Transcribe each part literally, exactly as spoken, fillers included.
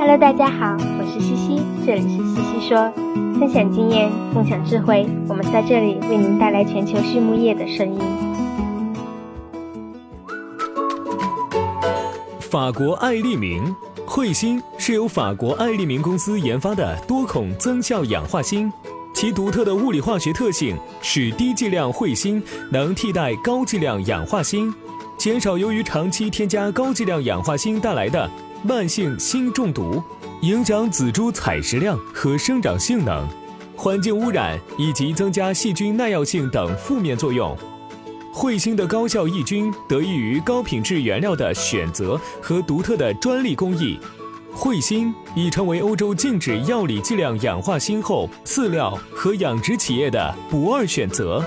Hello， 大家好，我是西西，这里是西西说，分享经验，共享智慧，我们在这里为您带来全球畜牧业的声音。 法国爱利明慧锌是由法国爱利明公司研发的多孔增效氧化锌，其独特的物理化学特性使低剂量慧锌能替代高剂量氧化锌，减少由于长期添加高剂量氧化锌带来的慢性锌中毒，影响仔猪采食量和生长性能、环境污染以及增加细菌耐药性等负面作用。慧锌的高效抑菌得益于高品质原料的选择和独特的专利工艺。慧锌已成为欧洲禁止药理剂量氧化锌后饲料和养殖企业的不二选择。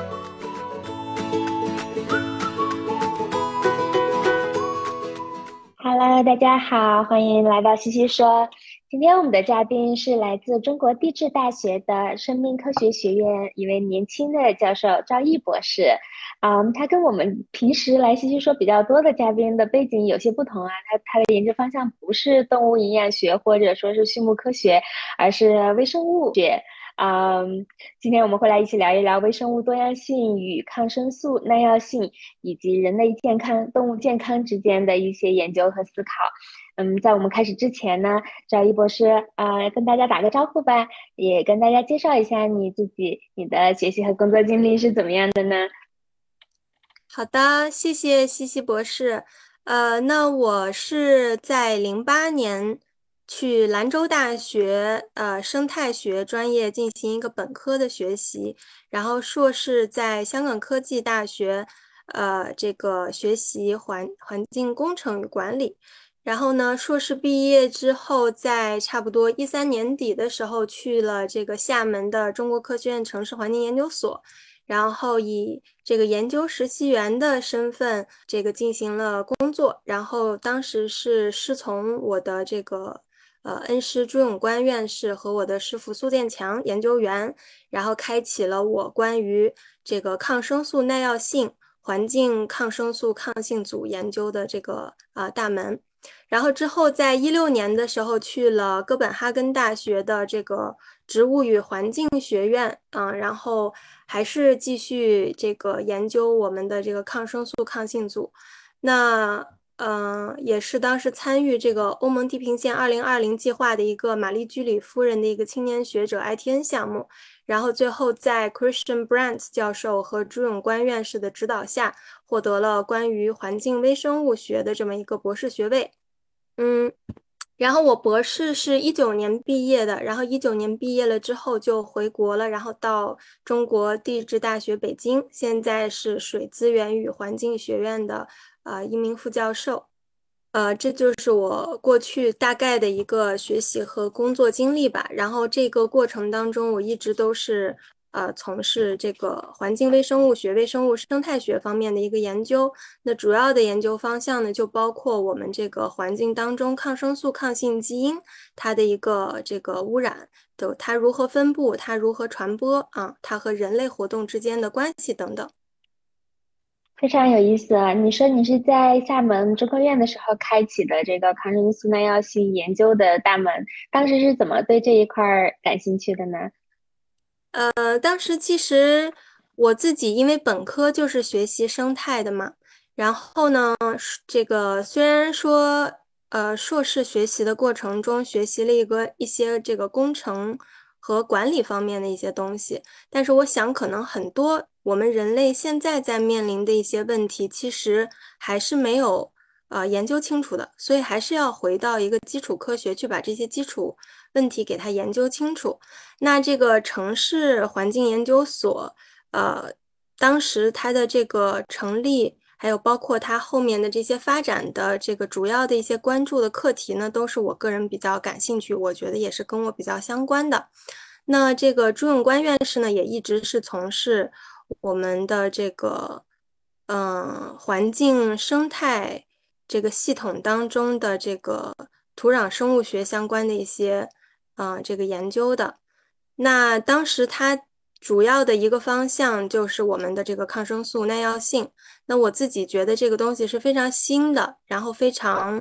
Hello， 大家好，欢迎来到西西说。今天我们的嘉宾是来自中国地质大学的生命科学学院一位年轻的教授赵毅博士。嗯，他跟我们平时来西西说比较多的嘉宾的背景有些不同啊，他他的研究方向不是动物营养学或者说是畜牧科学，而是微生物学。嗯，今天我们会来一起聊一聊微生物多样性与抗生素耐药性以及人类健康、动物健康之间的一些研究和思考。嗯，在我们开始之前呢，赵毅博士啊、呃，跟大家打个招呼吧，也跟大家介绍一下你自己，你的学习和工作经历是怎么样的呢？ 好的，谢谢西西博士。呃，那我是在零八年去兰州大学呃生态学专业进行一个本科的学习，然后硕士在香港科技大学呃这个学习环环境工程与管理。然后呢，硕士毕业之后，在差不多一三年底的时候，去了这个厦门的中国科学院城市环境研究所。然后以这个研究实习员的身份，这个进行了工作。然后当时是师从我的这个呃恩师朱永关院士和我的师傅苏建强研究员，然后开启了我关于这个抗生素耐药性、环境抗生素抗性组研究的这个啊、呃、大门。然后之后，在一六年的时候去了哥本哈根大学的这个植物与环境学院，嗯，然后还是继续这个研究我们的这个抗生素抗性组。那嗯、呃，也是当时参与这个欧盟地平线二零二零计划的一个玛丽居里夫人的一个青年学者 I T N 项目。然后最后在 Christian Brandt 教授和朱永关院士的指导下，获得了关于环境微生物学的这么一个博士学位。嗯，然后我博士是一九年毕业的，然后一九年毕业了之后就回国了，然后到中国地质大学北京，现在是水资源与环境学院的呃一名副教授。呃，这就是我过去大概的一个学习和工作经历吧。然后这个过程当中，我一直都是呃从事这个环境微生物学、微生物生态学方面的一个研究。那主要的研究方向呢，就包括我们这个环境当中抗生素抗性基因它的一个这个污染的，它如何分布，它如何传播啊，它和人类活动之间的关系等等。 非常有意思啊！你说你是在厦门中科院的时候开启的这个抗生素耐药性研究的大门，当时是怎么对这一块感兴趣的呢？ 呃，当时其实我自己因为本科就是学习生态的嘛，然后呢，这个虽然说呃硕士学习的过程中学习了一个一些这个工程和管理方面的一些东西，但是我想可能很多我们人类现在在面临的一些问题，其实还是没有呃研究清楚的，所以还是要回到一个基础科学去把这些基础问题给它研究清楚。那这个城市环境研究所，呃，当时它的这个成立，还有包括它后面的这些发展的这个主要的一些关注的课题呢，都是我个人比较感兴趣，我觉得也是跟我比较相关的。那这个朱永关院士呢，也一直是从事我们的这个，嗯、呃，环境生态这个系统当中的这个土壤生物学相关的一些，嗯、呃，这个研究的。那当时它主要的一个方向就是我们的这个抗生素耐药性。那我自己觉得这个东西是非常新的，然后非常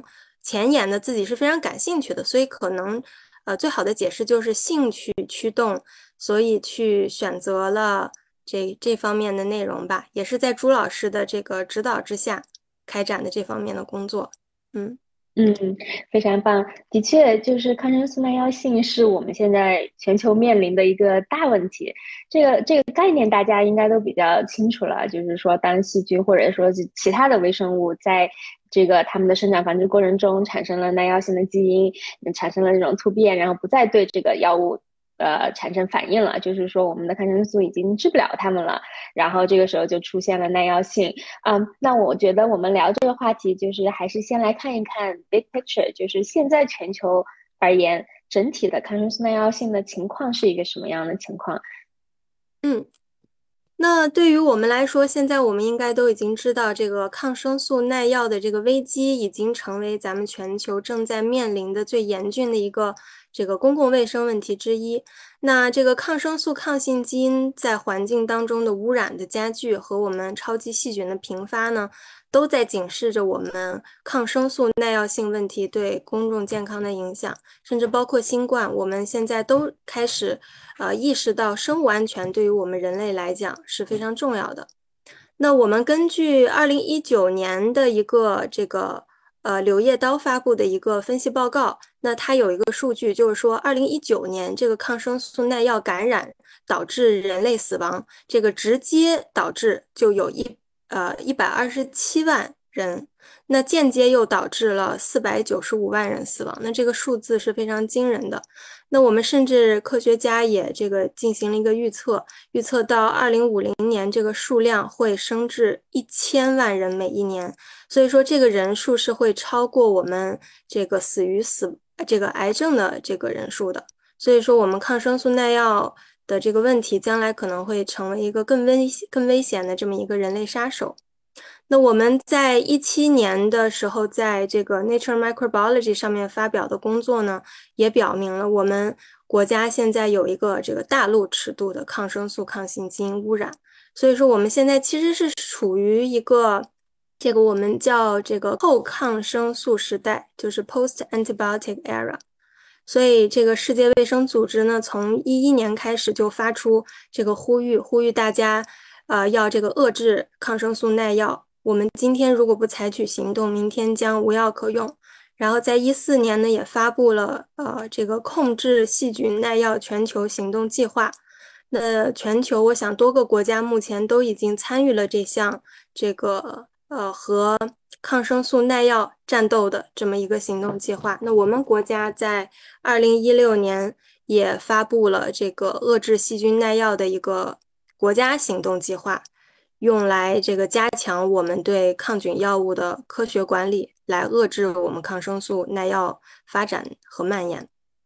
前沿的，自己是非常感兴趣的，所以可能呃最好的解释就是兴趣驱动，所以去选择了这这方面的内容吧，也是在朱老师的这个指导之下开展的这方面的工作。嗯。 嗯，非常棒。的确，就是抗生素耐药性是我们现在全球面临的一个大问题。这个这个概念大家应该都比较清楚了，就是说，当细菌或者说是其他的微生物在这个它们的生长繁殖过程中产生了耐药性的基因，产生了这种突变，然后不再对这个药物呃产生反应了，就是说我们的抗生素已经治不了它们了，然后这个时候就出现了耐药性。嗯，那我觉得我们聊这个话题，就是还是先来看一看 big picture，就是现在全球而言，整体的抗生素耐药性的情况是一个什么样的情况？ 嗯。那对于我们来说，现在我们应该都已经知道，这个抗生素耐药的这个危机已经成为咱们全球正在面临的最严峻的一个这个公共卫生问题之一。那这个抗生素抗性基因在环境当中的污染的加剧和我们超级细菌的频发呢，都在警示着我们抗生素耐药性问题对公众健康的影响，甚至包括新冠，我们现在都开始呃意识到生物安全对于我们人类来讲是非常重要的。那我们根据二零一九年的一个这个呃柳叶刀发布的一个分析报告，那它有一个数据，就是说二零一九年这个抗生素耐药感染导致人类死亡，这个直接导致就有一呃一百二十七万人，那间接又导致了四百九十五万人死亡，那这个数字是非常惊人的。那我们甚至科学家也这个进行了一个预测，预测到二零五零年这个数量会升至一千万人每一年，所以说这个人数是会超过我们这个死于死这个癌症的这个人数的。所以说我们抗生素耐药的这个问题将来可能会成为一个更危更危险的这么一个人类杀手。那我们在一七年的时候，在这个 Nature Microbiology 上面发表的工作呢，也表明了我们国家现在有一个这个大陆尺度的抗生素抗性基因污染，所以说我们现在其实是处于一个这个我们叫这个后抗生素时代，就是 post antibiotic era。所以这个世界卫生组织呢，从一一年开始就发出这个呼吁，呼吁大家，呃，要这个遏制抗生素耐药。我们今天如果不采取行动，明天将无药可用。然后在一四年呢，也发布了呃这个控制细菌耐药全球行动计划。那全球我想多个国家目前都已经参与了这项这个呃和抗生素耐药战斗的这么一个行动计划。那我们国家在二零一六年也发布了这个遏制细菌耐药的一个国家行动计划，用来这个加强我们对抗菌药物的科学管理，来遏制我们抗生素耐药发展和蔓延。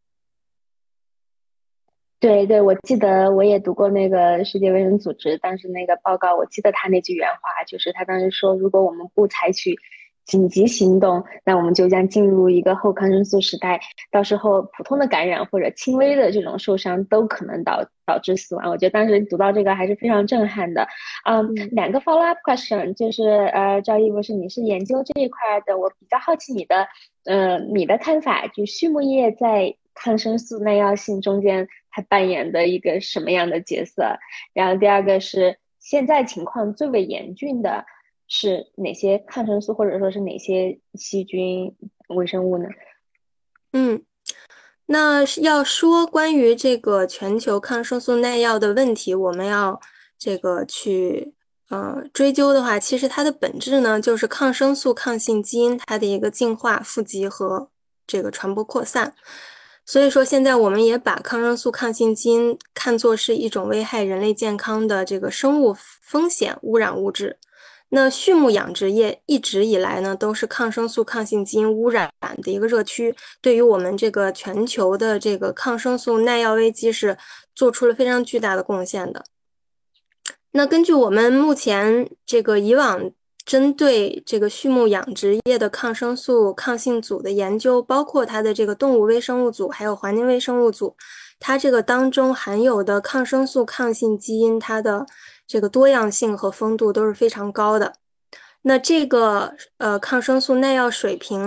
对对，我记得我也读过那个世界卫生组织当时那个报告，我记得他那句原话，就是他当时说，如果我们不采取紧急行动，那我们就将进入一个后抗生素时代，到时候普通的感染或者轻微的这种受伤都可能导导致死亡。我觉得当时读到这个还是非常震撼的。嗯， 嗯两个 follow up question，就是呃，赵毅博士，你是研究这一块的，我比较好奇你的呃你的看法，就畜牧业在抗生素耐药性中间它扮演的一个什么样的角色？然后第二个是现在情况最为严峻的是哪些抗生素或者说是哪些细菌微生物呢？ 嗯。那要说关于这个全球抗生素耐药的问题，我们要这个去呃追究的话，其实它的本质呢，就是抗生素抗性基因它的一个进化、富集和这个传播扩散。所以说，现在我们也把抗生素抗性基因看作是一种危害人类健康的这个生物风险污染物质。那畜牧养殖业一直以来呢，都是抗生素抗性基因污染的一个热区，对于我们这个全球的这个抗生素耐药危机是做出了非常巨大的贡献的。那根据我们目前这个以往针对这个畜牧养殖业的抗生素抗性组的研究，包括它的这个动物微生物组，还有环境微生物组，它这个当中含有的抗生素抗性基因，它的这个多样性和丰度都是非常高的。那这个呃抗生素耐药水平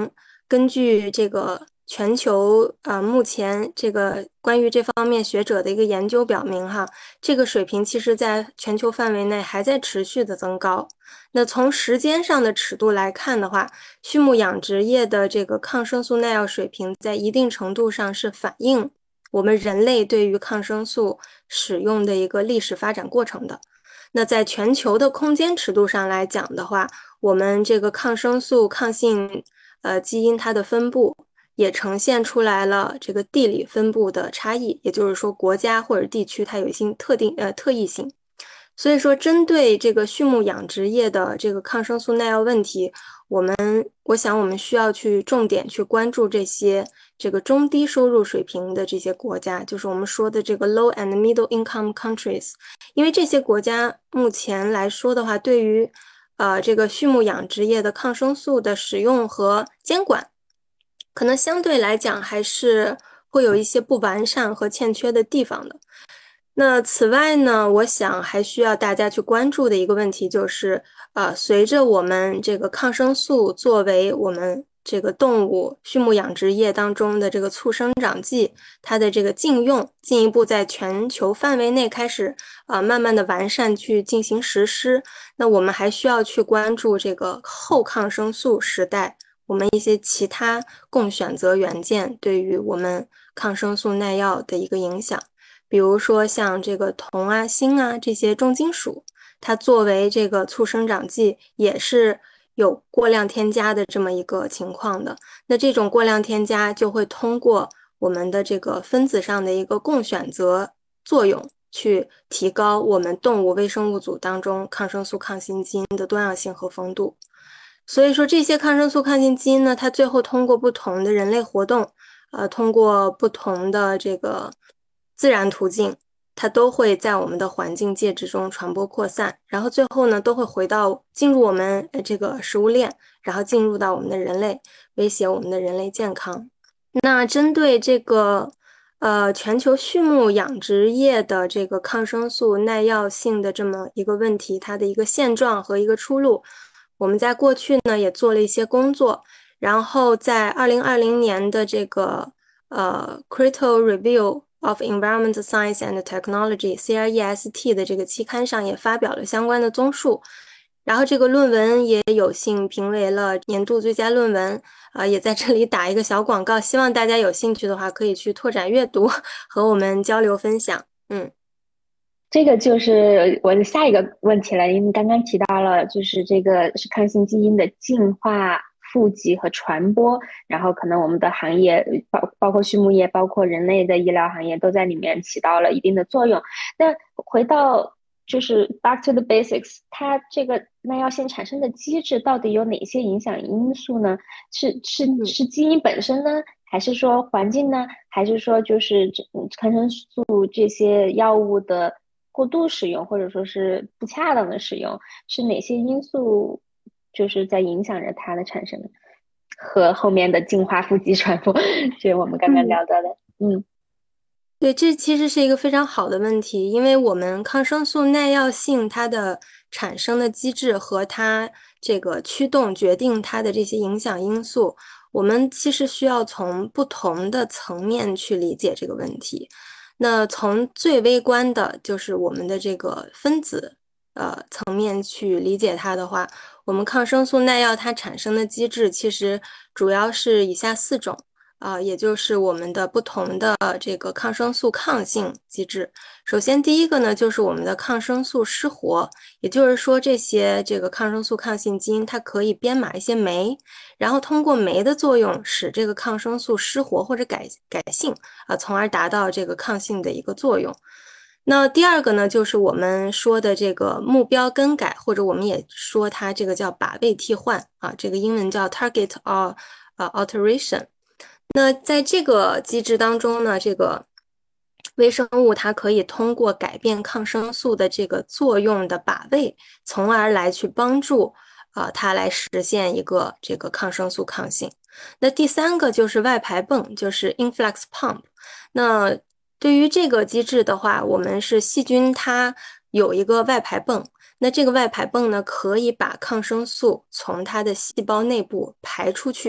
根据这个全球啊、呃、目前这个关于这方面学者的一个研究表明哈，这个水平其实在全球范围内还在持续的增高。那从时间上的尺度来看的话，畜牧养殖业的这个抗生素耐药水平在一定程度上是反映我们人类对于抗生素使用的一个历史发展过程的。那在全球的空间尺度上来讲的话，我们这个抗生素抗性呃基因它的分布也呈现出来了这个地理分布的差异，也就是说国家或者地区它有一些特定呃特异性。所以说，针对这个畜牧养殖业的这个抗生素耐药问题，我们我想我们需要去重点去关注这些这个中低收入水平的这些国家，就是我们说的这个 low and middle income countries，因为这些国家目前来说的话，对于呃这个畜牧养殖业的抗生素的使用和监管，可能相对来讲还是会有一些不完善和欠缺的地方的。那此外呢，我想还需要大家去关注的一个问题就是，呃，随着我们这个抗生素作为我们这个动物畜牧养殖业当中的这个促生长剂，它的这个禁用进一步在全球范围内开始啊、呃、慢慢的完善去进行实施，那我们还需要去关注这个后抗生素时代我们一些其他供选择元件对于我们抗生素耐药的一个影响。比如说像这个铜啊、锌啊这些重金属，它作为这个促生长剂也是有过量添加的这么一个情况的。那这种过量添加就会通过我们的这个分子上的一个共选择作用，去提高我们动物微生物组当中抗生素抗性基因的多样性和丰度。所以说这些抗生素抗性基因呢，它最后通过不同的人类活动，呃，通过不同的这个自然途径，它都会在我们的环境介质中传播扩散，然后最后呢，都会回到进入我们这个食物链，然后进入到我们的人类，威胁我们的人类健康。那针对这个呃全球畜牧养殖业的这个抗生素耐药性的这么一个问题，它的一个现状和一个出路，我们在过去呢也做了一些工作，然后在二零二零年的这个呃 Critical Review of Environmental Science and Technology C R E S T 的这个期刊上也发表了相关的综述，然后这个论文也有幸评为了年度最佳论文，啊、呃，也在这里打一个小广告，希望大家有兴趣的话可以去拓展阅读，和我们交流分享。嗯， 这个就是我的下一个问题了，因为刚刚提到了，就是这个是抗性基因的进化、富集和传播，然后可能我们的行业包包括畜牧业，包括人类的医疗行业都在里面起到了一定的作用。那回到就是 back to the basics， 它这个耐药性产生的机制到底有哪些影响因素呢？是是是基因本身呢？还是说环境呢？还是说就是抗生素这些药物的过度使用，或者说是不恰当的使用，是哪些因素就是在影响着它的产生和后面的进化、富集、传播，就是我们刚刚聊到的。嗯， 对，这其实是一个非常好的问题，因为我们抗生素耐药性它的产生的机制和它这个驱动决定它的这些影响因素，我们其实需要从不同的层面去理解这个问题。那从最微观的，就是我们的这个分子呃层面去理解它的话，我们抗生素耐药它产生的机制其实主要是以下四种。啊、呃，也就是我们的不同的这个抗生素抗性机制。首先，第一个呢，就是我们的抗生素失活，也就是说，这些这个抗生素抗性基因它可以编码一些酶，然后通过酶的作用，使这个抗生素失活或者改改性啊、呃，从而达到这个抗性的一个作用。那第二个呢，就是我们说的这个目标更改，或者我们也说它这个叫靶位替换啊，这个英文叫 target or 呃 alteration。那在这个机制当中呢，这个微生物它可以通过改变抗生素的这个作用的靶位，从而来去帮助啊、呃、它来实现一个这个抗生素抗性。那第三个就是外排泵，就是 influx pump。那对于这个机制的话，我们是细菌它有一个外排泵，那这个外排泵呢，可以把抗生素从它的细胞内部排出去。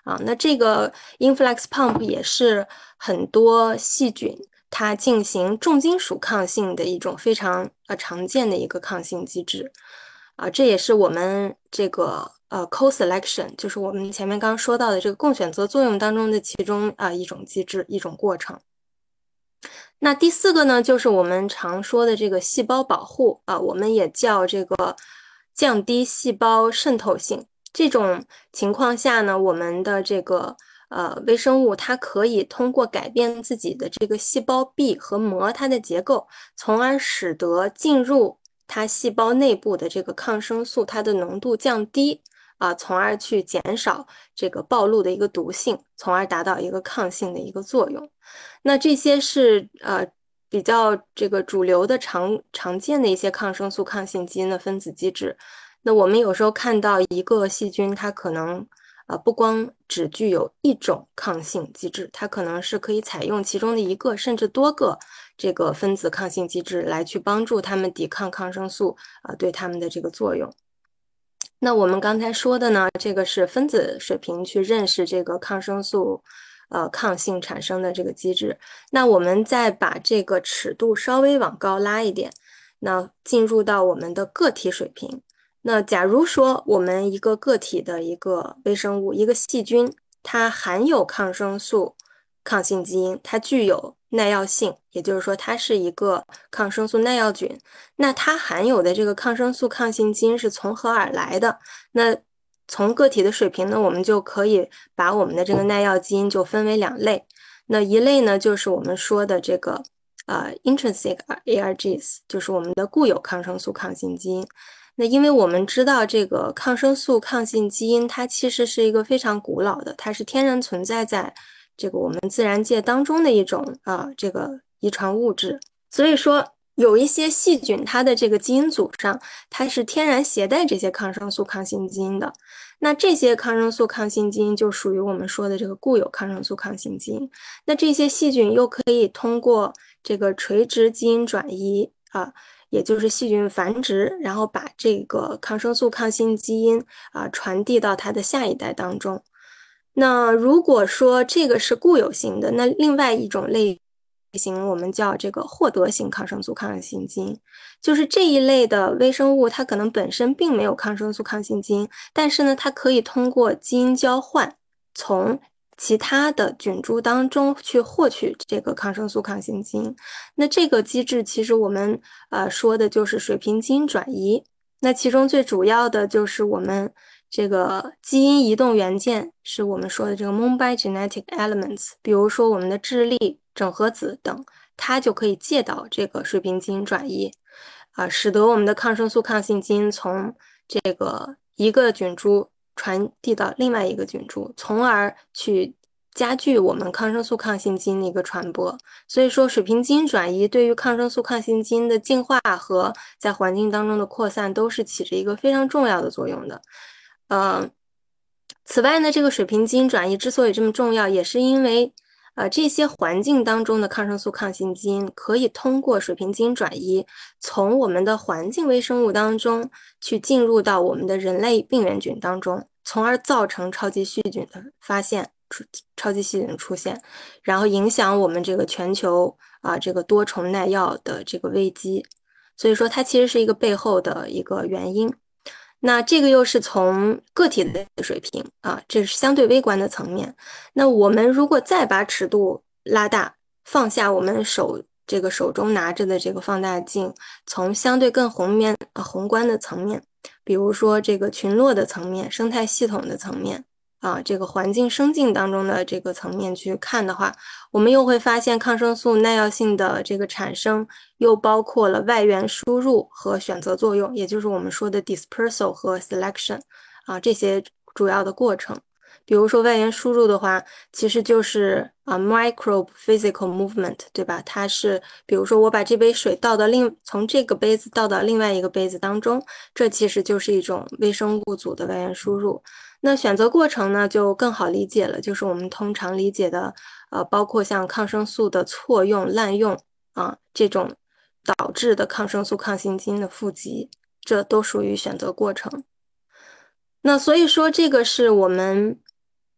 啊。那这个 influx pump 也是很多细菌它进行重金属抗性的一种非常呃常见的一个抗性机制啊。这也是我们这个呃 co-selection，就是我们前面刚刚说到的这个共选择作用当中的其中啊、呃、一种机制，一种过程。那第四个呢，就是我们常说的这个细胞保护啊，我们也叫这个降低细胞渗透性。这种情况下呢，我们的这个呃微生物它可以通过改变自己的这个细胞壁和膜它的结构，从而使得进入它细胞内部的这个抗生素它的浓度降低啊，从而去减少这个暴露的一个毒性，从而达到一个抗性的一个作用。那这些是呃比较这个主流的常常见的一些抗生素抗性基因的分子机制。那我们有时候看到一个细菌，它可能呃不光只具有一种抗性机制，它可能是可以采用其中的一个甚至多个这个分子抗性机制来去帮助它们抵抗抗生素啊、呃、对它们的这个作用。那我们刚才说的呢，这个是分子水平去认识这个抗生素呃抗性产生的这个机制。那我们再把这个尺度稍微往高拉一点，那进入到我们的个体水平。那假如说我们一个个体的一个微生物，一个细菌，它含有抗生素抗性基因，它具有耐药性，也就是说它是一个抗生素耐药菌。那它含有的这个抗生素抗性基因是从何而来的？那从个体的水平呢，我们就可以把我们的这个耐药基因就分为两类。那一类呢，就是我们说的这个呃 intrinsic A R Gs， 就是我们的固有抗生素抗性基因。那因为我们知道这个抗生素抗性基因，它其实是一个非常古老的，它是天然存在在这个我们自然界当中的一种啊、呃、这个遗传物质。所以说有一些细菌，它的这个基因组上，它是天然携带这些抗生素抗性基因的。那这些抗生素抗性基因就属于我们说的这个固有抗生素抗性基因。那这些细菌又可以通过这个垂直基因转移啊，也就是细菌繁殖，然后把这个抗生素抗性基因啊传递到它的下一代当中。那如果说这个是固有型的，那另外一种类型我们叫这个获得型抗生素抗性基因，就是这一类的微生物，它可能本身并没有抗生素抗性基因，但是呢，它可以通过基因交换，从其他的菌株当中去获取这个抗生素抗性基因。那这个机制其实我们呃说的就是水平基因转移。那其中最主要的就是我们这个基因移动元件，是我们说的这个 Mumbai genetic elements， 比如说我们的智力、整合子等，它就可以借导这个水平基因转移，啊、呃，使得我们的抗生素抗性基因从这个一个菌株传递到另外一个菌株，从而去加剧我们抗生素抗性基因的一个传播。所以说，水平基因转移对于抗生素抗性基因的进化和在环境当中的扩散都是起着一个非常重要的作用的。呃，此外呢，这个水平基因转移之所以这么重要，也是因为呃这些环境当中的抗生素抗性基因可以通过水平基因转移，从我们的环境微生物当中去进入到我们的人类病原菌当中，从而造成超级细菌的发现。超级细菌的出现，然后影响我们这个全球啊这个多重耐药的这个危机，所以说它其实是一个背后的一个原因。那这个又是从个体的水平啊，这是相对微观的层面。那我们如果再把尺度拉大，放下我们手这个手中拿着的这个放大镜，从相对更宏面、呃、宏观的层面，比如说这个群落的层面、生态系统的层面。啊，这个环境生境当中的这个层面去看的话，我们又会发现抗生素耐药性的这个产生，又包括了外源输入和选择作用，也就是我们说的 dispersal 和 selection 啊这些主要的过程。比如说外源输入的话，其实就是啊 microbe physical movement， 对吧？它是比如说我把这杯水倒到另从这个杯子倒到另外一个杯子当中，这其实就是一种微生物组的外源输入。那选择过程呢，就更好理解了，就是我们通常理解的，呃，包括像抗生素的错用、滥用啊这种导致的抗生素抗性基因的富集，这都属于选择过程。那所以说，这个是我们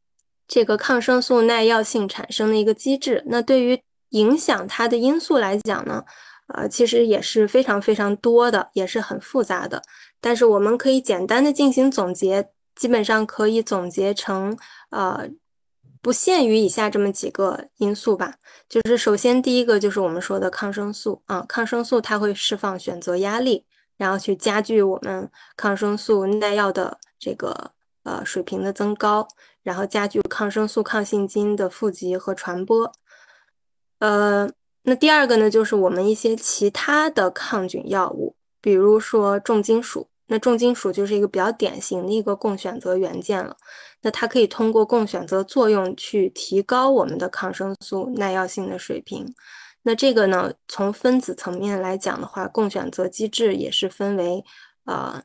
这个抗生素耐药性产生的一个机制。那对于影响它的因素来讲呢，呃，其实也是非常非常多的，也是很复杂的。但是我们可以简单的进行总结，基本上可以总结成呃，不限于以下这么几个因素吧。就是首先第一个就是我们说的抗生素啊，抗生素它会释放选择压力，然后去加剧我们抗生素耐药的这个呃水平的增高，然后加剧抗生素抗性基因的富集和传播。呃，那第二个呢，就是我们一些其他的抗菌药物，比如说重金属。那重金属就是一个比较典型的一个共选择元件了。那它可以通过共选择作用去提高我们的抗生素耐药性的水平。那这个呢，从分子层面来讲的话，共选择机制也是分为呃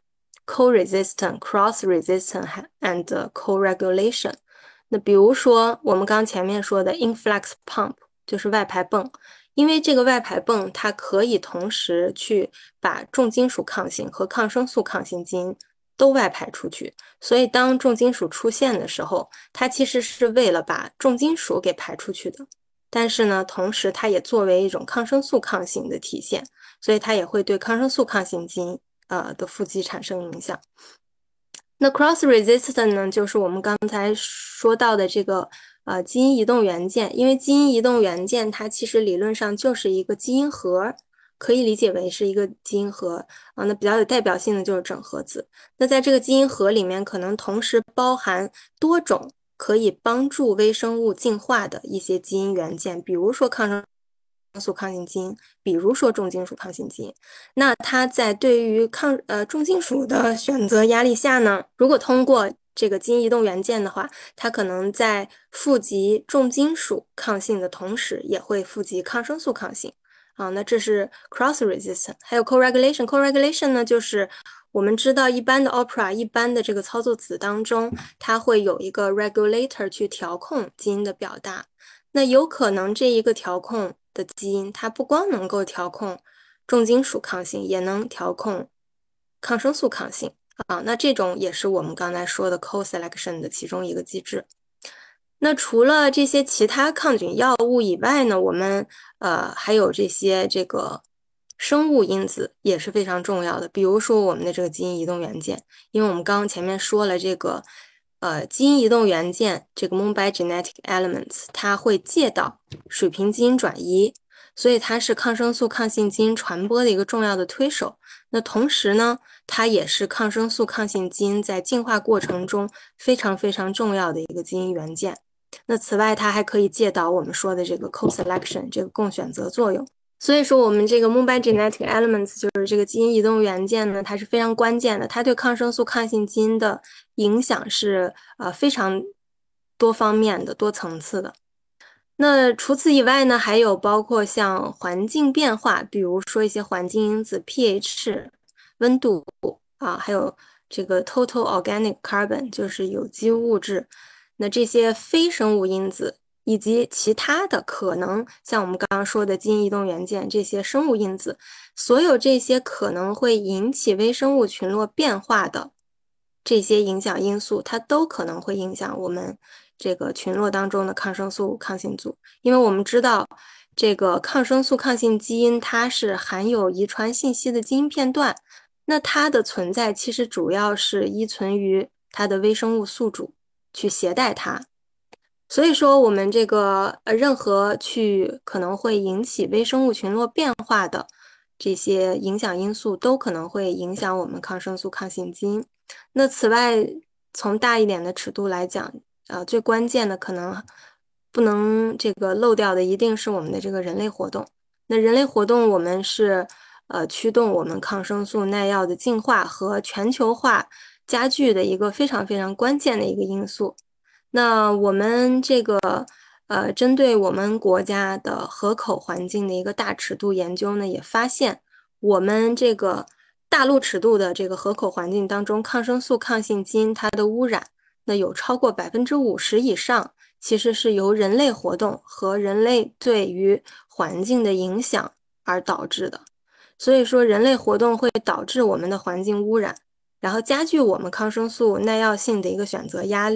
co-resistant、cross-resistant and co-regulation。那比如说我们刚前面说的 influx pump 就是外排泵，因为这个外排泵它可以同时去把重金属抗性和抗生素抗性基因都外排出去，所以当重金属出现的时候，它其实是为了把重金属给排出去的。但是呢，同时它也作为一种抗生素抗性的体现，所以它也会对抗生素抗性基因呃的富集产生影响。那 cross resistant 呢，就是我们刚才说到的这个呃基因移动元件，因为基因移动元件它其实理论上就是一个基因核，可以理解为是一个基因核啊。那比较有代表性的就是整合子。那在这个基因核里面，可能同时包含多种可以帮助微生物进化的一些基因元件，比如说抗生素抗性基因，比如说重金属抗性基因。那它在对于抗呃重金属的选择压力下呢，如果通过这个基因移动元件的话，它可能在富集重金属抗性的同时，也会富集抗生素抗性啊。那这是 cross resistant， 还有 co-regulation。co-regulation 呢，就是我们知道一般的 Opera 一般的这个操作子当中，它会有一个 regulator 去调控基因的表达。那有可能这一个调控的基因，它不光能够调控重金属抗性，也能调控抗生素抗性啊。那这种也是我们刚才说的 co-selection 的其中一个机制。那除了这些其他抗菌药物以外呢，我们呃还有这些这个生物因子也是非常重要的，比如说我们的这个基因移动元件，因为我们刚刚前面说了这个。呃，基因移动元件这个 Mumbai Genetic Elements， 它会介导水平基因转移，所以它是抗生素抗性基因传播的一个重要的推手。那同时呢，它也是抗生素抗性基因在进化过程中非常非常重要的一个基因元件。那此外，它还可以介导我们说的这个 co-selection 这个共选择作用。所以说，我们这个 Mumbai Genetic Elements 就是这个基因移动元件呢，它是非常关键的，它对抗生素抗性基因的影响是呃非常多方面的、多层次的。那除此以外呢，还有包括像环境变化，比如说一些环境因子 pH、温度啊，还有这个 total organic carbon 就是有机物质，那这些非生物因子。以及其他的可能，像我们刚刚说的基因移动元件这些生物因子，所有这些可能会引起微生物群落变化的这些影响因素，它都可能会影响我们这个群落当中的抗生素抗性组。因为我们知道，这个抗生素抗性基因它是含有遗传信息的基因片段，那它的存在其实主要是依存于它的微生物宿主去携带它。所以说，我们这个呃，任何去可能会引起微生物群落变化的这些影响因素，都可能会影响我们抗生素抗性基因。那此外，从大一点的尺度来讲，呃，最关键的可能不能这个漏掉的，一定是我们的这个人类活动。那人类活动，我们是呃驱动我们抗生素耐药的进化和全球化加剧的一个非常非常关键的一个因素。那我们这个呃，针对我们国家的河口环境的一个大尺度研究呢，也发现我们这个大陆尺度的这个河口环境当中，抗生素抗性基因它的污染，那有超过百分之五十以上，其实是由人类活动和人类对于环境的影响而导致的。所以说，人类活动会导致我们的环境污染，然后加剧我们抗生素耐药性的一个选择压力。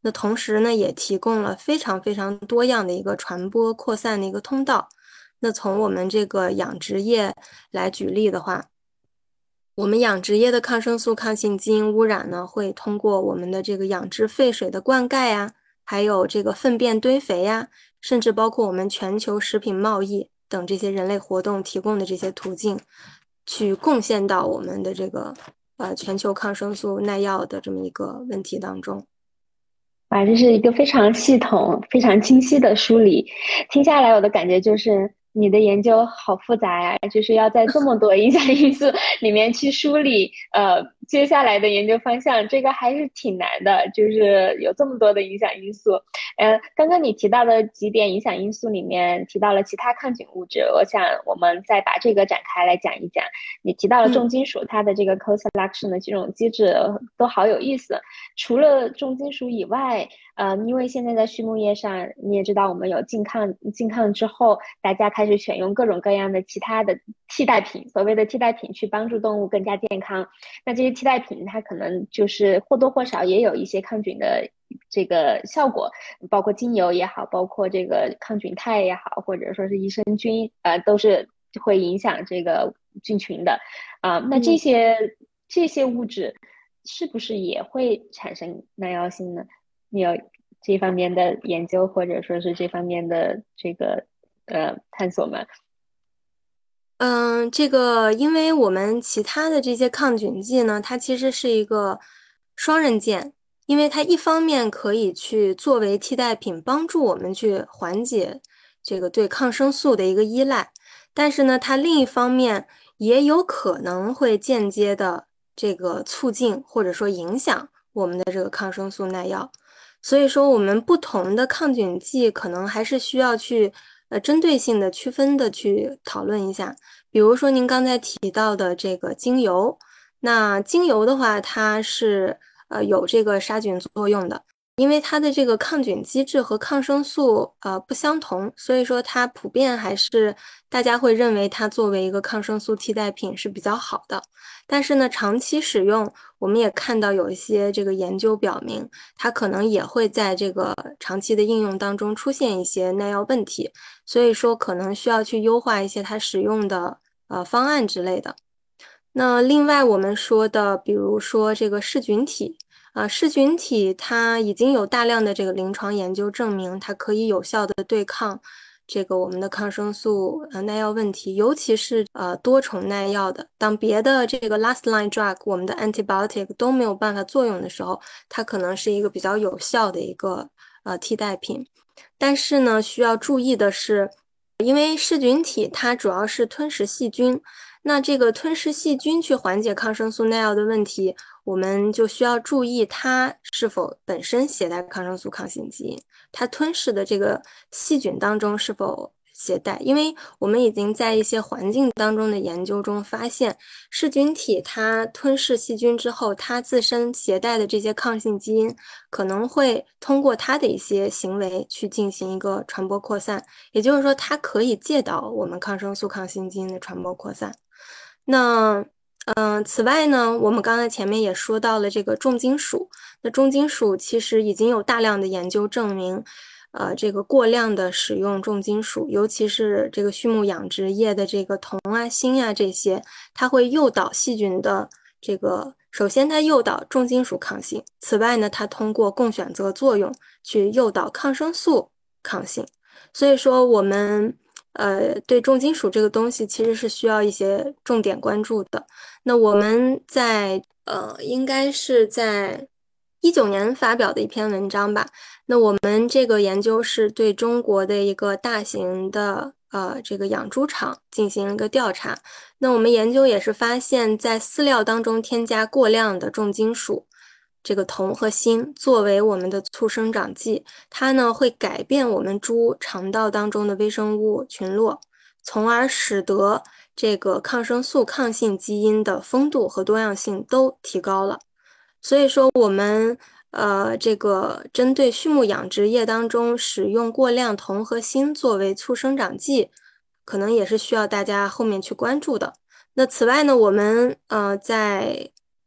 那同时呢，也提供了非常非常多样的一个传播扩散的一个通道。那从我们这个养殖业来举例的话，我们养殖业的抗生素抗性基因污染呢，会通过我们的这个养殖废水的灌溉呀，还有这个粪便堆肥呀，甚至包括我们全球食品贸易等这些人类活动提供的这些途径，去贡献到我们的这个呃全球抗生素耐药的这么一个问题当中。 哇，这是一个非常系统、非常清晰的梳理。听下来，我的感觉就是你的研究好复杂呀，就是要在这么多影响因素里面去梳理，呃，接下来的研究方向，这个还是挺难的。就是有这么多的影响因素，呃，刚刚你提到的几点影响因素里面提到了其他抗菌物质，我想我们再把这个展开来讲一讲。你提到了重金属，它的这个 co-selection 的这种机制都好有意思。除了重金属以外，呃，因为现在在畜牧业上，你也知道我们有禁抗，禁抗之后，大家开始选用各种各样的其他的替代品，所谓的替代品去帮助动物更加健康。那这些替代品它可能就是或多或少也有一些抗菌的这个效果，包括精油也好，包括这个抗菌肽也好，或者说是益生菌，呃，都是会影响这个菌群的。啊、呃，那这些、嗯、这些物质是不是也会产生耐药性呢？你有这方面的研究，或者说是这方面的这个呃探索吗？ 嗯，这个因为我们其他的这些抗菌剂呢，它其实是一个双刃剑，因为它一方面可以去作为替代品，帮助我们去缓解这个对抗生素的一个依赖，但是呢，它另一方面也有可能会间接的这个促进或者说影响我们的这个抗生素耐药，所以说我们不同的抗菌剂可能还是需要去呃针对性的区分的去讨论一下。比如说您刚才提到的这个精油，那精油的话，它是呃有这个杀菌作用的，因为它的这个抗菌机制和抗生素呃不相同，所以说它普遍还是大家会认为它作为一个抗生素替代品是比较好的。但是呢，长期使用，我们也看到有一些这个研究表明，它可能也会在这个长期的应用当中出现一些耐药问题，所以说可能需要去优化一些它使用的呃方案之类的。那另外我们说的，比如说这个噬菌体啊，噬菌体它已经有大量的这个临床研究证明，它可以有效的对抗这个我们的抗生素呃耐药问题，尤其是呃多重耐药的。当别的这个 last line drug 我们的 antibiotic 都没有办法作用的时候，它可能是一个比较有效的一个呃替代品。但是呢，需要注意的是，因为噬菌体它主要是吞食细菌，那这个吞噬细菌去缓解抗生素耐药的问题，我们就需要注意它是否本身携带抗生素抗性基因，它吞噬的这个细菌当中是否携带，因为我们已经在一些环境当中的研究中发现，噬菌体它吞噬细菌之后，它自身携带的这些抗性基因可能会通过它的一些行为去进行一个传播扩散，也就是说，它可以介导我们抗生素抗性基因的传播扩散。那嗯、呃，此外呢，我们刚才前面也说到了这个重金属。那重金属其实已经有大量的研究证明，呃，这个过量的使用重金属，尤其是这个畜牧养殖业的这个铜啊、锌啊这些，它会诱导细菌的这个，首先它诱导重金属抗性，此外呢，它通过共选择作用去诱导抗生素抗性。所以说我们。呃，对重金属这个东西其实是需要一些重点关注的。那我们在呃，应该是在一九年发表的一篇文章吧。那我们这个研究是对中国的一个大型的呃这个养猪场进行了一个调查。那我们研究也是发现，在饲料当中添加过量的重金属。这个铜和锌作为我们的促生长剂，它呢会改变我们猪肠道当中的微生物群落，从而使得这个抗生素抗性基因的丰度和多样性都提高了。所以说，我们呃这个针对畜牧养殖业当中使用过量铜和锌作为促生长剂，可能也是需要大家后面去关注的。那此外呢，我们呃在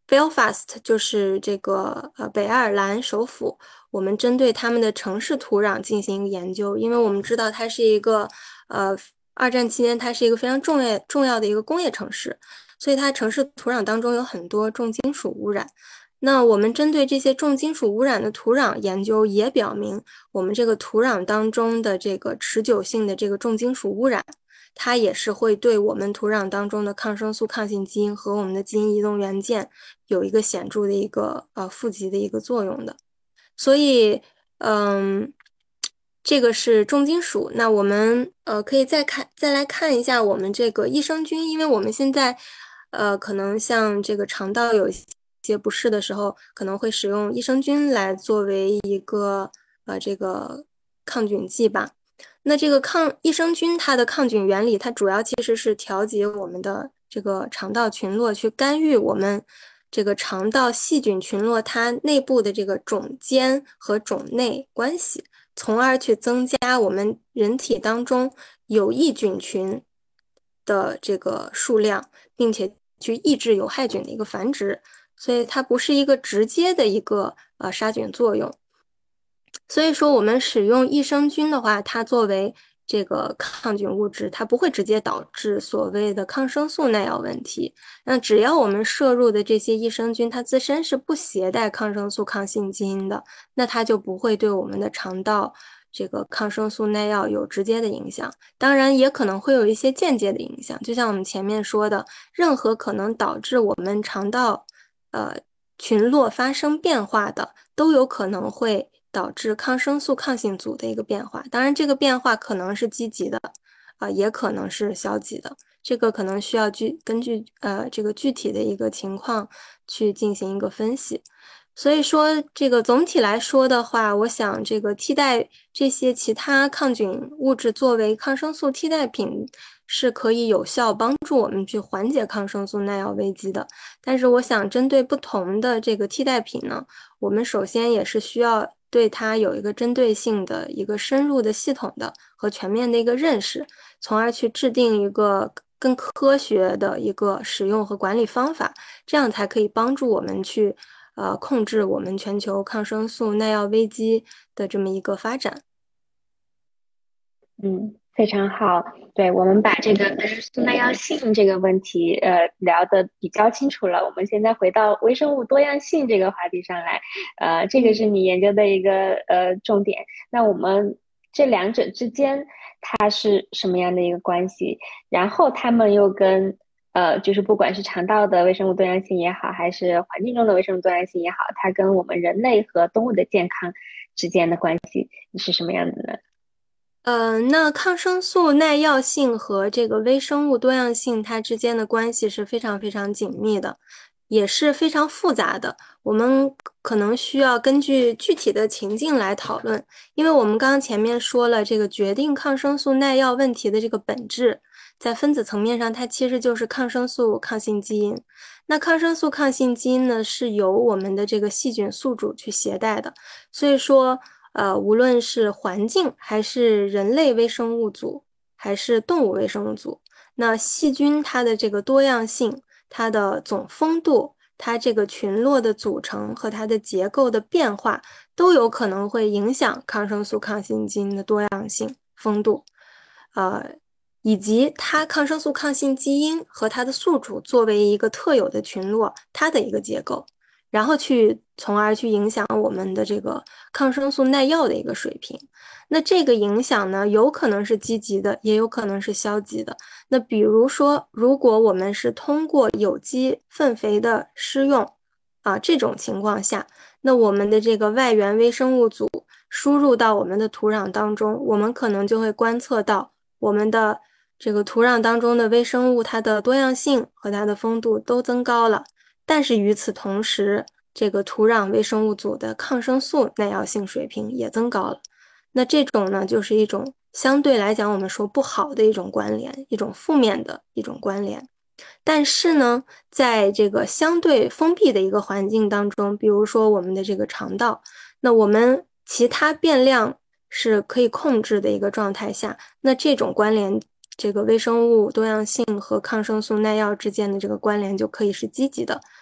Belfast 就是这个呃北爱尔兰首府，我们针对他们的城市土壤进行一个研究，因为我们知道它是一个呃二战期间它是一个非常重要重要的一个工业城市，所以它城市土壤当中有很多重金属污染。那我们针对这些重金属污染的土壤研究也表明，我们这个土壤当中的这个持久性的这个重金属污染，它也是会对我们土壤当中的抗生素抗性基因和我们的基因移动元件有一个显著的一个呃负极的一个作用的。所以，嗯，这个是重金属。那我们呃可以再看再来看一下我们这个益生菌，因为我们现在呃可能像这个肠道有一些不适的时候，可能会使用益生菌来作为一个呃这个抗菌剂吧。那这个抗益生菌它的抗菌原理，它主要其实是调节我们的这个肠道群落，去干预我们这个肠道细菌群落它内部的这个种间和种内关系，从而去增加我们人体当中有益菌群的这个数量，并且去抑制有害菌的一个繁殖。所以它不是一个直接的一个呃杀菌作用。所以说，我们使用益生菌的话，它作为这个抗菌物质，它不会直接导致所谓的抗生素耐药问题。那只要我们摄入的这些益生菌，它自身是不携带抗生素抗性基因的，那它就不会对我们的肠道这个抗生素耐药有直接的影响。当然，也可能会有一些间接的影响，就像我们前面说的，任何可能导致我们肠道呃群落发生变化的，都有可能会导致抗生素抗性组的一个变化。当然，这个变化可能是积极的，啊、呃，也可能是消极的。这个可能需要具根据呃这个具体的一个情况去进行一个分析。所以说，这个总体来说的话，我想这个替代这些其他抗菌物质作为抗生素替代品，是可以有效帮助我们去缓解抗生素耐药危机的。但是，我想针对不同的这个替代品呢，我们首先也是需要对它有一个针对性的一个深入的、系统的和全面的一个认识，从而去制定一个更科学的一个使用和管理方法，这样才可以帮助我们去。呃，控制我们全球抗生素耐药危机的这么一个发展。 嗯，非常好。对，我们把这个抗生素耐药性这个问题，呃，聊得比较清楚了。我们现在回到微生物多样性这个话题上来，呃，这个是你研究的一个呃重点。那我们这两者之间它是什么样的一个关系？然后他们又跟呃，就是不管是肠道的微生物多样性也好，还是环境中的微生物多样性也好，它跟我们人类和动物的健康之间的关系是什么样的呢？ 呃，那抗生素耐药性和这个微生物多样性它之间的关系是非常非常紧密的，也是非常复杂的。我们可能需要根据具体的情境来讨论，因为我们刚刚前面说了，这个决定抗生素耐药问题的这个本质，在分子层面上，它其实就是抗生素抗性基因。那抗生素抗性基因呢，是由我们的这个细菌宿主去携带的，所以说。呃，无论是环境还是人类微生物组，还是动物微生物组，那细菌它的这个多样性、它的总丰度、它这个群落的组成和它的结构的变化，都有可能会影响抗生素抗性基因的多样性、丰度，呃，以及它抗生素抗性基因和它的宿主作为一个特有的群落，它的一个结构。然后去，从而去影响我们的这个抗生素耐药的一个水平。那这个影响呢，有可能是积极的，也有可能是消极的。那比如说，如果我们是通过有机粪肥的施用，啊，这种情况下，那我们的这个外源微生物组输入到我们的土壤当中，我们可能就会观测到我们的这个土壤当中的微生物，它的多样性和它的丰度都增高了。但是与此同时，这个土壤微生物组的抗生素耐药性水平也增高了。那这种呢，就是一种相对来讲我们说不好的一种关联，一种负面的一种关联。但是呢，在这个相对封闭的一个环境当中，比如说我们的这个肠道，那我们其他变量是可以控制的一个状态下，那这种关联。这个微生物多样性和抗生素耐药之间的这个关联就可以是积极的，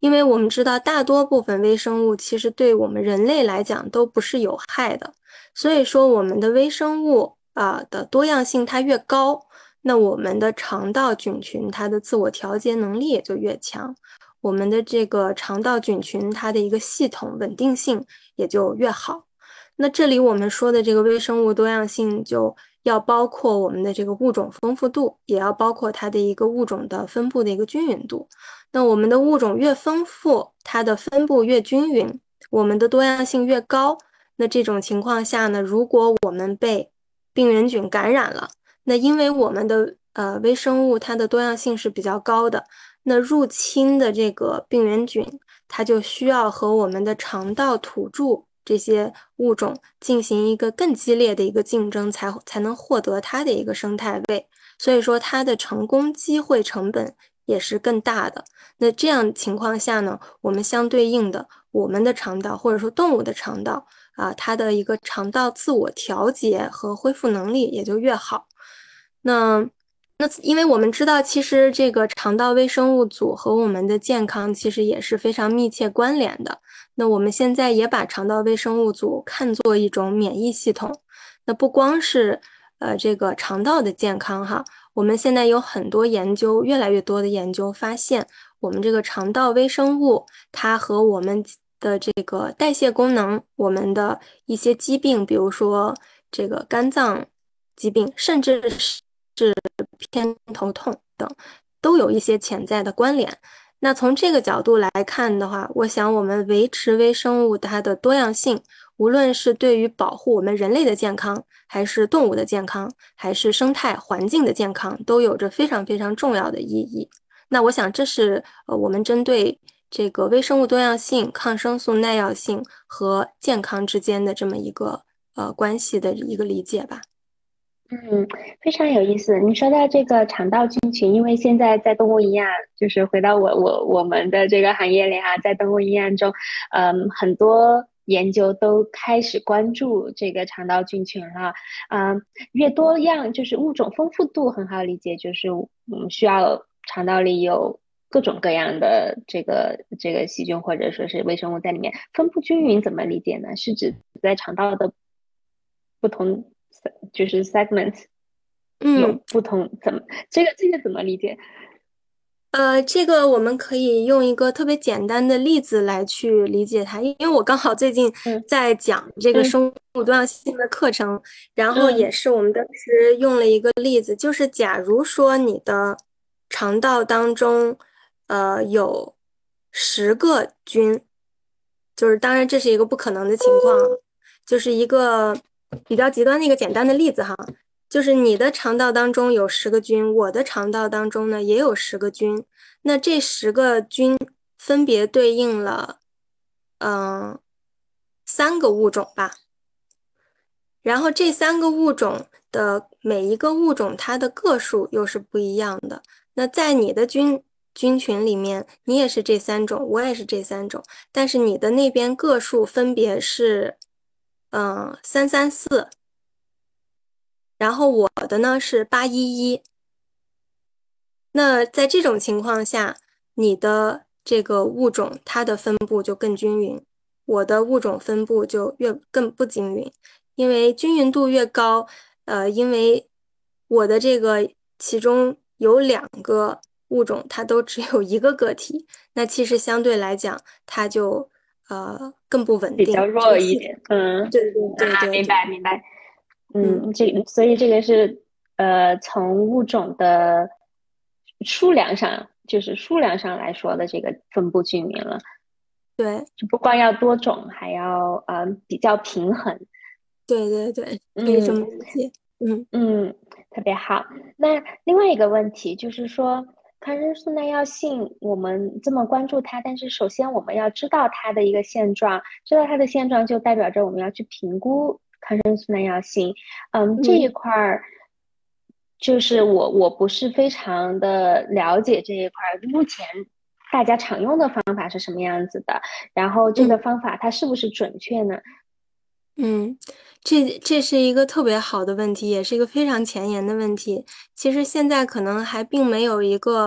因为我们知道大多部分微生物其实对我们人类来讲都不是有害的，所以说我们的微生物啊、呃的多样性它越高，那我们的肠道菌群它的自我调节能力也就越强，我们的这个肠道菌群它的一个系统稳定性也就越好。那这里我们说的这个微生物多样性，就要包括我们的这个物种丰富度，也要包括它的一个物种的分布的一个均匀度。那我们的物种越丰富，它的分布越均匀，我们的多样性越高。那这种情况下呢，如果我们被病原菌感染了，那因为我们的呃微生物它的多样性是比较高的，那入侵的这个病原菌，它就需要和我们的肠道土著这些物种进行一个更激烈的一个竞争，才才能获得它的一个生态位。所以说，它的成功机会成本也是更大的。那这样情况下呢，我们相对应的，我们的肠道或者说动物的肠道啊，它的一个肠道自我调节和恢复能力也就越好。那那因为我们知道，其实这个肠道微生物组和我们的健康其实也是非常密切关联的。那我们现在也把肠道微生物组看作一种免疫系统。那不光是呃这个肠道的健康哈，我们现在有很多研究，越来越多的研究发现，我们这个肠道微生物它和我们的这个代谢功能，我们的一些疾病，比如说这个肝脏疾病，甚至是偏头痛等，都有一些潜在的关联。那从这个角度来看的话，我想我们维持微生物它的多样性，无论是对于保护我们人类的健康，还是动物的健康，还是生态环境的健康，都有着非常非常重要的意义。那我想这是呃我们针对这个微生物多样性、抗生素耐药性和健康之间的这么一个呃关系的一个理解吧。 嗯，非常有意思。你说到这个肠道菌群，因为现在在动物营养，就是回到我我我们的这个行业里哈，在动物营养中，嗯，很多研究都开始关注这个肠道菌群了。嗯，越多样就是物种丰富度很好理解，就是嗯需要肠道里有各种各样的这个这个细菌或者说是微生物在里面。分布均匀怎么理解呢？是指在肠道的不同就是 segment 有嗯。 不同，怎么这个这个怎么理解？ 呃，这个我们可以用一个特别简单的例子来去理解它，因为我刚好最近嗯在讲这个嗯生物多样性的课程，然后也嗯是我们当时用了一个例子，就是假如说你的肠道当中，呃，有十个菌，就是当然这是一个不可能的情况，就是一个比较极端的一个简单的例子哈。就是你的肠道当中有十个菌，我的肠道当中呢也有十个菌，那这十个菌分别对应了，嗯、三个物种吧。然后这三个物种的每一个物种它的个数又是不一样的。那在你的菌菌群里面，你也是这三种，我也是这三种，但是你的那边个数分别是，嗯、三三四，然后我的呢是八一一。那在这种情况下，你的这个物种它的分布就更均匀，我的物种分布就越更不均匀，因为均匀度越高，呃，因为我的这个其中有两个物种，它都只有一个个体，那其实相对来讲，它就呃更不稳比较定，这个系统。 弱一点。嗯对对啊， 对对明对， 白明白。 嗯， 嗯，这所以这个是呃从物种的数量上，就是数量上来说的这个分布均匀了， 对就不光要多种，还要呃比较平衡。 对对对，可以这么嗯。 理解。嗯嗯，特别好。那另外一个问题就是说，抗生素耐药性，我们这么关注它，但是首先我们要知道它的一个现状，知道它的现状就代表着我们要去评估抗生素耐药性。嗯，这一嗯块儿就是我我不是非常的了解这一块儿，目前大家常用的方法是什么样子的？然后这个嗯。 方法它是不是准确呢？ 嗯，这这是一个特别好的问题，也是一个非常前沿的问题。其实现在可能还并没有一个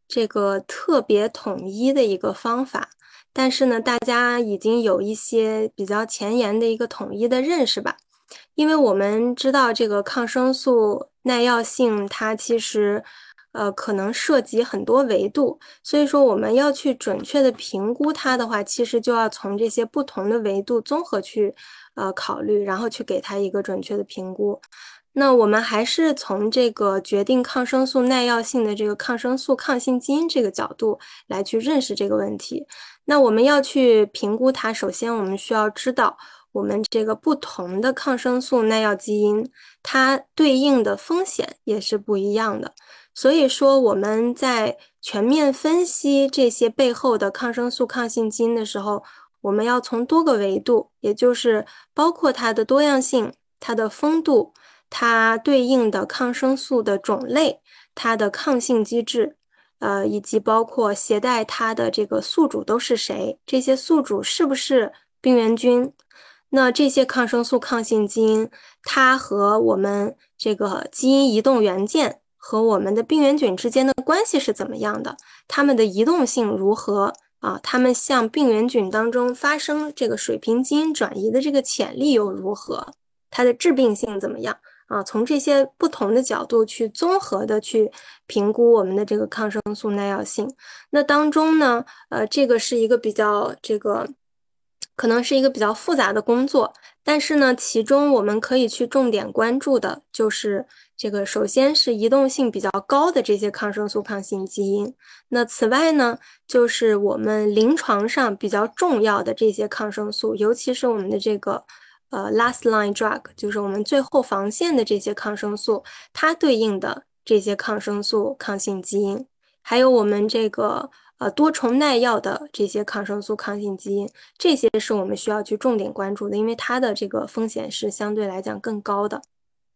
这个特别统一的一个方法，但是呢，大家已经有一些比较前沿的一个统一的认识吧。因为我们知道这个抗生素耐药性，它其实呃可能涉及很多维度，所以说我们要去准确的评估它的话，其实就要从这些不同的维度综合去呃考虑，然后去给它一个准确的评估。那我们还是从这个决定抗生素耐药性的这个抗生素抗性基因这个角度来去认识这个问题。那我们要去评估它，首先我们需要知道我们这个不同的抗生素耐药基因，它对应的风险也是不一样的。所以说我们在全面分析这些背后的抗生素抗性基因的时候，我们要从多个维度，也就是包括它的多样性、它的丰度、它对应的抗生素的种类、它的抗性机制，呃，以及包括携带它的这个宿主都是谁，这些宿主是不是病原菌？那这些抗生素抗性基因，它和我们这个基因移动元件和我们的病原菌之间的关系是怎么样的？它们的移动性如何？啊，它们向病原菌当中发生这个水平基因转移的这个潜力又如何？它的致病性怎么样？啊，从这些不同的角度去综合的去评估我们的这个抗生素耐药性。那当中呢，呃，这个是一个比较这个可能是一个比较复杂的工作，但是呢，其中我们可以去重点关注的就是这个，首先是移动性比较高的这些抗生素抗性基因。那此外呢，就是我们临床上比较重要的这些抗生素，尤其是我们的这个呃 last line drug，就是我们最后防线的这些抗生素，它对应的这些抗生素抗性基因，还有我们这个呃多重耐药的这些抗生素抗性基因，这些是我们需要去重点关注的，因为它的这个风险是相对来讲更高的。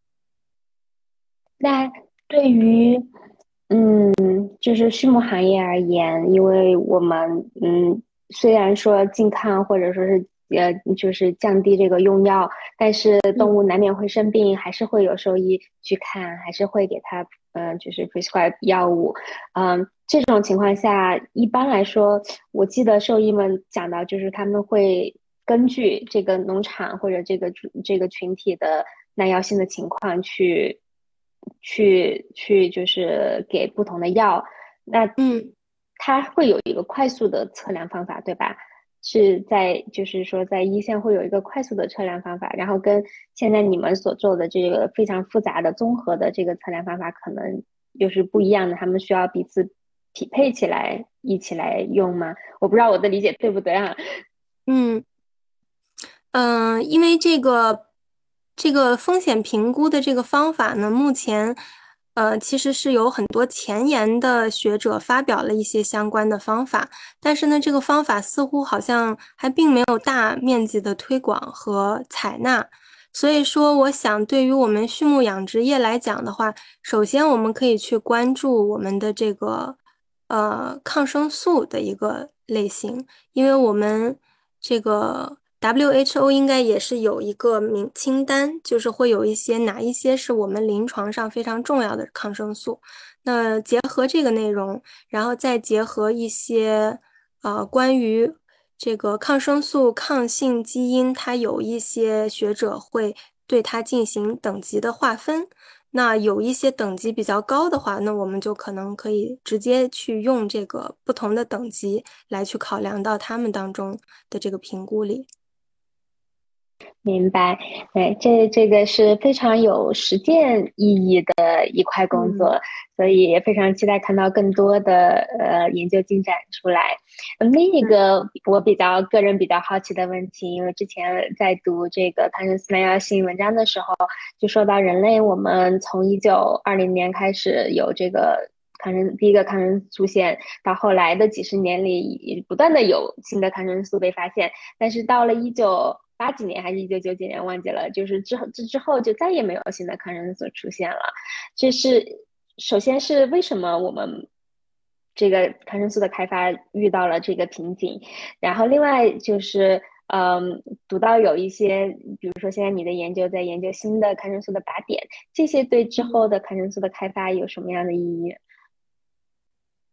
那对于嗯，就是畜牧行业而言，因为我们嗯，虽然说禁抗或者说是呃，就是降低这个用药，但是动嗯物难免会生病，还是会有兽医去看，还是会给它呃，就是 prescribe 药物。嗯，这种情况下，一般来说，我记得兽医们讲到，就是他们会根据这个农场或者这个这个群体的耐药性的情况去。去去就是给不同的药，那嗯。 它会有一个快速的测量方法，对吧？是在就是说在一线会有一个快速的测量方法，然后跟现在你们所做的这个非常复杂的综合的这个测量方法可能又是不一样的，他们需要彼此匹配起来一起来用吗？我不知道我的理解对不对啊？ 嗯。嗯，呃因为这个这个风险评估的这个方法呢，目前呃其实是有很多前沿的学者发表了一些相关的方法，但是呢，这个方法似乎好像还并没有大面积的推广和采纳。所以说，我想对于我们畜牧养殖业来讲的话，首先我们可以去关注我们的这个呃抗生素的一个类型，因为我们这个 W H O 应该也是有一个名清单，就是会有一些哪一些是我们临床上非常重要的抗生素。那结合这个内容，然后再结合一些呃关于这个抗生素抗性基因，它有一些学者会对它进行等级的划分。那有一些等级比较高的话，那我们就可能可以直接去用这个不同的等级来去考量到他们当中的这个评估里。 明白，对，这这个是非常有实践意义的一块工嗯作，所以也非常期待看到更多的呃研究进展出来。嗯另一个我比较个人比较好奇的问题，因为之前在读这个抗生素耐药性文章的时候，就说到人类我们从一九二零年开始有这个。抗生第一个抗生素出现，到后来的几十年里，不断的有新的抗生素被发现，但是到了一九八几年还是一九九几年忘记了，就是之后之之后就再也没有新的抗生素出现了。这是首先是为什么我们这个抗生素的开发遇到了这个瓶颈，然后另外就是嗯，读到有一些，比如说现在你的研究在研究新的抗生素的靶点，这些对之后的抗生素的开发有什么样的意义？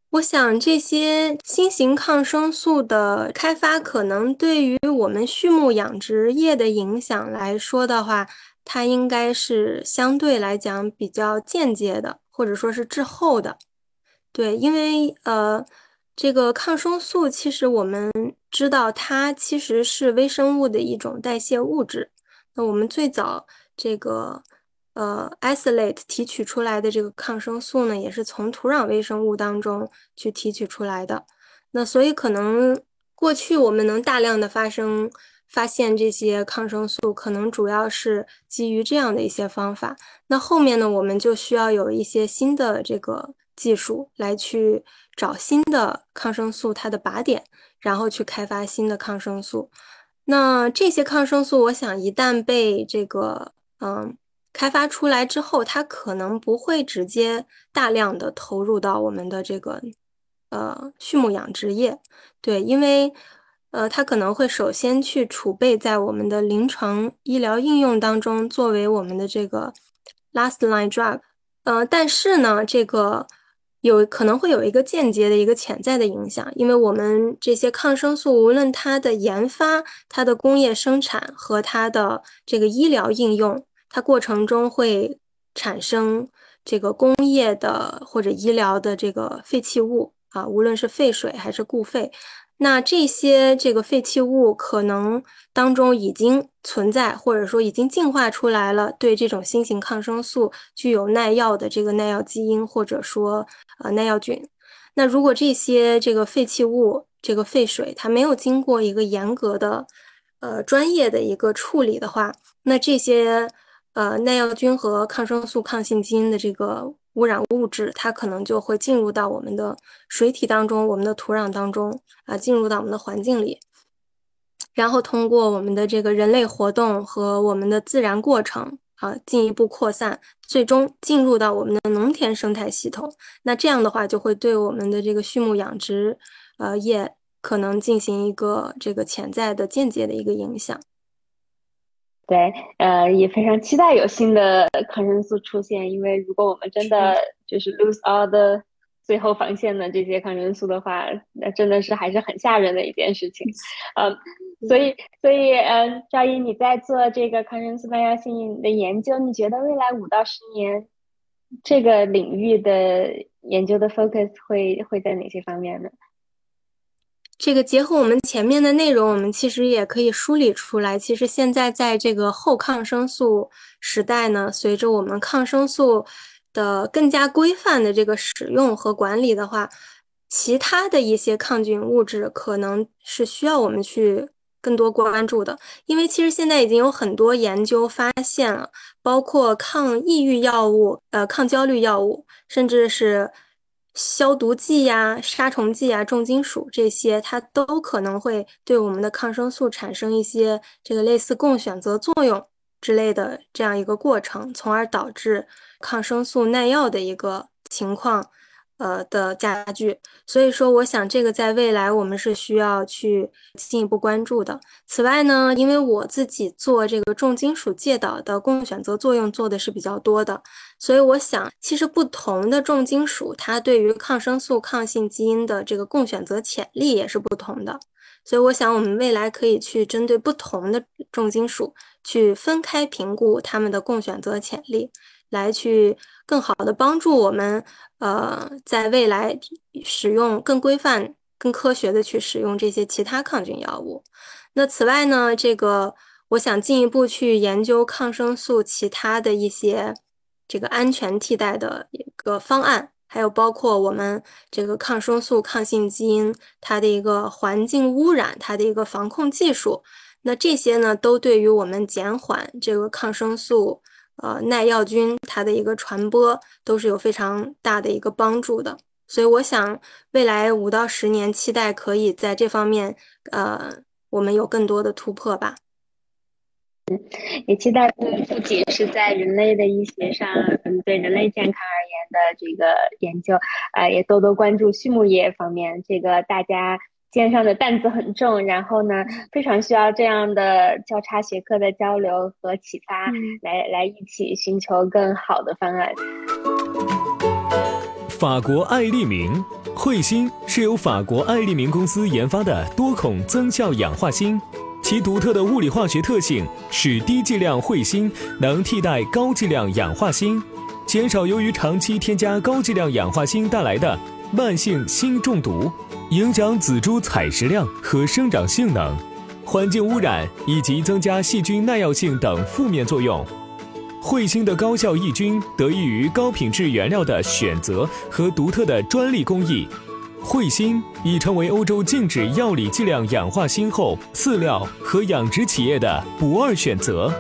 我想这些新型抗生素的开发，可能对于我们畜牧养殖业的影响来说的话，它应该是相对来讲比较间接的，或者说是滞后的。对，因为呃，这个抗生素其实我们知道，它其实是微生物的一种代谢物质。那我们最早这个呃 isolate 提取出来的这个抗生素呢，也是从土壤微生物当中去提取出来的。那所以可能过去我们能大量的发生发现这些抗生素，可能主要是基于这样的一些方法。那后面呢，我们就需要有一些新的这个技术来去找新的抗生素它的靶点，然后去开发新的抗生素。那这些抗生素，我想一旦被这个嗯开发出来之后，它可能不会直接大量的投入到我们的这个呃畜牧养殖业，对，因为呃它可能会首先去储备在我们的临床医疗应用当中，作为我们的这个 last line drug。呃，但是呢，这个有可能会有一个间接的一个潜在的影响，因为我们这些抗生素，无论它的研发、它的工业生产和它的这个医疗应用，它过程中会产生这个工业的或者医疗的这个废弃物啊，无论是废水还是固废。那这些这个废弃物可能当中已经存在，或者说已经进化出来了，对这种新型抗生素具有耐药的这个耐药基因，或者说呃耐药菌。那如果这些这个废弃物、这个废水，它没有经过一个严格的呃专业的一个处理的话，那这些呃耐药菌和抗生素抗性基因的这个污染物质，它可能就会进入到我们的水体当中、我们的土壤当中啊，进入到我们的环境里，然后通过我们的这个人类活动和我们的自然过程啊，进一步扩散，最终进入到我们的农田生态系统。那这样的话，就会对我们的这个畜牧养殖呃业可能进行一个这个潜在的间接的一个影响。 对，呃，也非常期待有新的抗生素出现，因为如果我们真的就是 lose all the 最后防线的这些抗生素的话，那真的是还是很吓人的一件事情。嗯，所以，所以，嗯，赵毅，你在做这个抗生素耐药性的研究，你觉得未来五到十年这个领域的研究的 focus 会会在哪些方面呢？ 这个结合我们前面的内容，我们其实也可以梳理出来。其实现在在这个后抗生素时代呢，随着我们抗生素的更加规范的这个使用和管理的话，其他的一些抗菌物质可能是需要我们去更多关注的。因为其实现在已经有很多研究发现了，包括抗抑郁药物、呃抗焦虑药物，甚至是消毒剂呀、杀虫剂呀、重金属这些，它都可能会对我们的抗生素产生一些这个类似共选择作用之类的这样一个过程，从而导致抗生素耐药的一个情况，呃的加剧。所以说，我想这个在未来我们是需要去进一步关注的。此外呢，因为我自己做这个重金属介导的共选择作用做的是比较多的，所以我想，其实不同的重金属，它对于抗生素抗性基因的这个共选择潜力也是不同的。所以我想，我们未来可以去针对不同的重金属，去分开评估它们的共选择潜力，来去更好的帮助我们，呃，在未来使用更规范、更科学的去使用这些其他抗菌药物。那此外呢，这个我想进一步去研究抗生素其他的一些这个安全替代的一个方案，还有包括我们这个抗生素抗性基因它的一个环境污染，它的一个防控技术。那这些呢，都对于我们减缓这个抗生素呃耐药菌它的一个传播，都是有非常大的一个帮助的。所以我想，未来五到十年，期待可以在这方面，呃，我们有更多的突破吧。 也期待不不仅是在人类的医学上，嗯，对人类健康而言的这个研究，呃，也多多关注畜牧业方面。这个大家肩上的担子很重，然后呢，非常需要这样的交叉学科的交流和启发， 嗯， 来来一起寻求更好的方案。 法国爱利明， 彗星是由法国爱立明公司研发的多孔增效氧化锌，其独特的物理化学特性使低剂量彗星能替代高剂量氧化锌，减少由于长期添加高剂量氧化锌带来的慢性锌中毒，影响仔猪采食量和生长性能、环境污染以及增加细菌耐药性等负面作用。彗星的高效抑菌得益于高品质原料的选择和独特的专利工艺。彗星已成为欧洲禁止药理剂量氧化锌后饲料和养殖企业的不二选择。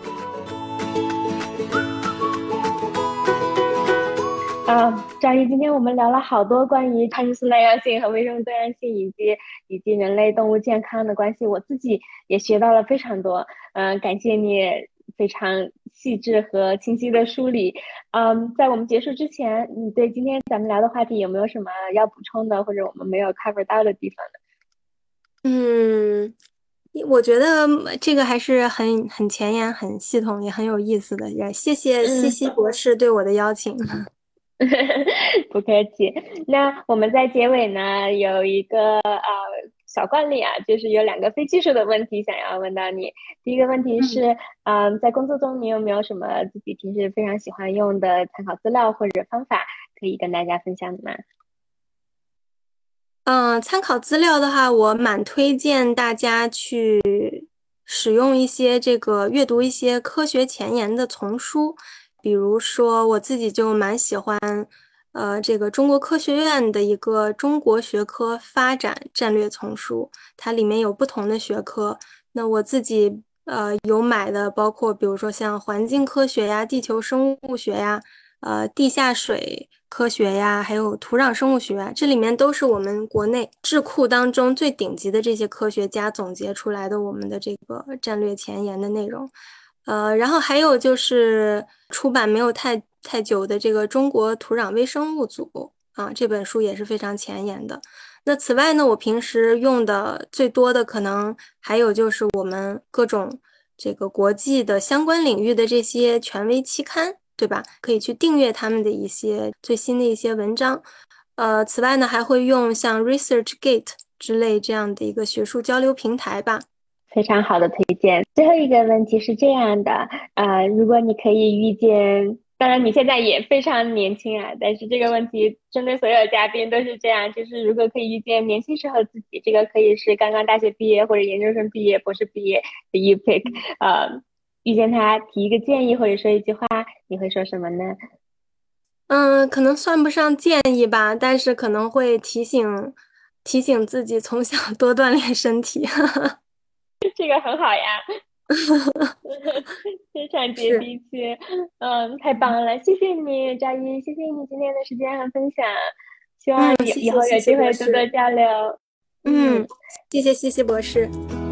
啊，赵毅，今天我们聊了好多关于碳素耐药性和微生物多样性以及以及人类动物健康的关系，我自己也学到了非常多。嗯、呃，感谢你非常细致和清晰的梳理。嗯，在我们结束之前，你对今天咱们聊的话题有没有什么要补充的，或者我们没有 cover 到的地方呢？ 嗯，我觉得这个还是很很前沿、很系统，也很有意思的。也谢谢西嗯。 西博士对我的邀请。 不客气。那我们在结尾呢有一个呃小惯例啊，就是有两个非技术的问题想要问到你。第一个问题是，嗯、呃，在工作中你有没有什么自己平时非常喜欢用的参考资料或者方法可以跟大家分享的吗？ 嗯，参考资料的话，我蛮推荐大家去使用一些这个阅读一些科学前沿的丛书，比如说我自己就蛮喜欢，呃，这个中国科学院的一个中国学科发展战略丛书，它里面有不同的学科。那我自己呃有买的，包括比如说像环境科学呀、地球生物学呀。呃，地下水科学呀，还有土壤生物学啊，这里面都是我们国内智库当中最顶级的这些科学家总结出来的我们的这个战略前沿的内容。呃，然后还有就是出版没有太太久的这个《中国土壤微生物组》啊，这本书也是非常前沿的。那此外呢，我平时用的最多的可能还有就是我们各种这个国际的相关领域的这些权威期刊。对吧？可以去订阅他们的一些最新的一些文章。呃，此外呢，还会用像 ResearchGate 之类这样的一个学术交流平台吧。 非常好的推荐。最后一个问题是这样的，呃，如果你可以遇见，当然你现在也非常年轻啊，但是这个问题针对所有嘉宾都是这样，就是如果可以遇见年轻时候自己，这个可以是刚刚大学毕业或者研究生毕业、博士毕业的 you pick，呃，遇见他提一个建议或者说一句话，你会说什么呢？ 嗯，可能算不上建议吧，但是可能会提醒提醒自己从小多锻炼身体。 这个很好呀。非常接地气。嗯，太棒了，谢谢你，赵一，谢谢你今天的时间和分享，希望嗯， 以以后有谢谢谢谢机会多多博士。 交流。 嗯，谢谢谢谢博士。